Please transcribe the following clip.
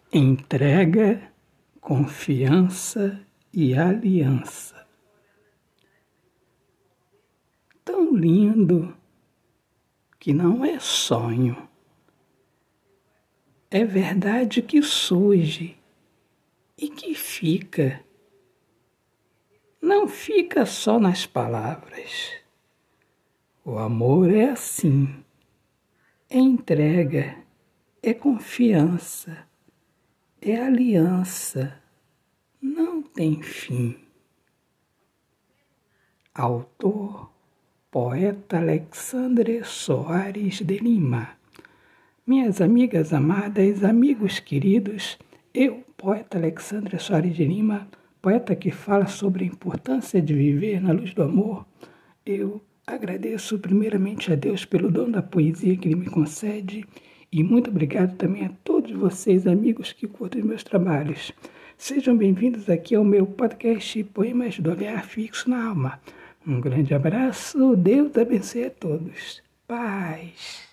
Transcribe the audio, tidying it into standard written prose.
Entrega, confiança e aliança. Tão lindo que não é sonho. É verdade que surge e que fica. Não fica só nas palavras. O amor é assim. É entrega, é confiança, é aliança. Não tem fim. Autor, poeta Alexandre Soares de Lima. Minhas amigas amadas, amigos queridos, eu, poeta Alexandre Soares de Lima, poeta que fala sobre a importância de viver na luz do amor, eu agradeço primeiramente a Deus pelo dom da poesia que Ele me concede e muito obrigado também a todos vocês, amigos que curtem meus trabalhos. Sejam bem-vindos aqui ao meu podcast Poemas do Olhar Fixo na Alma. Um grande abraço, Deus abençoe a todos. Paz.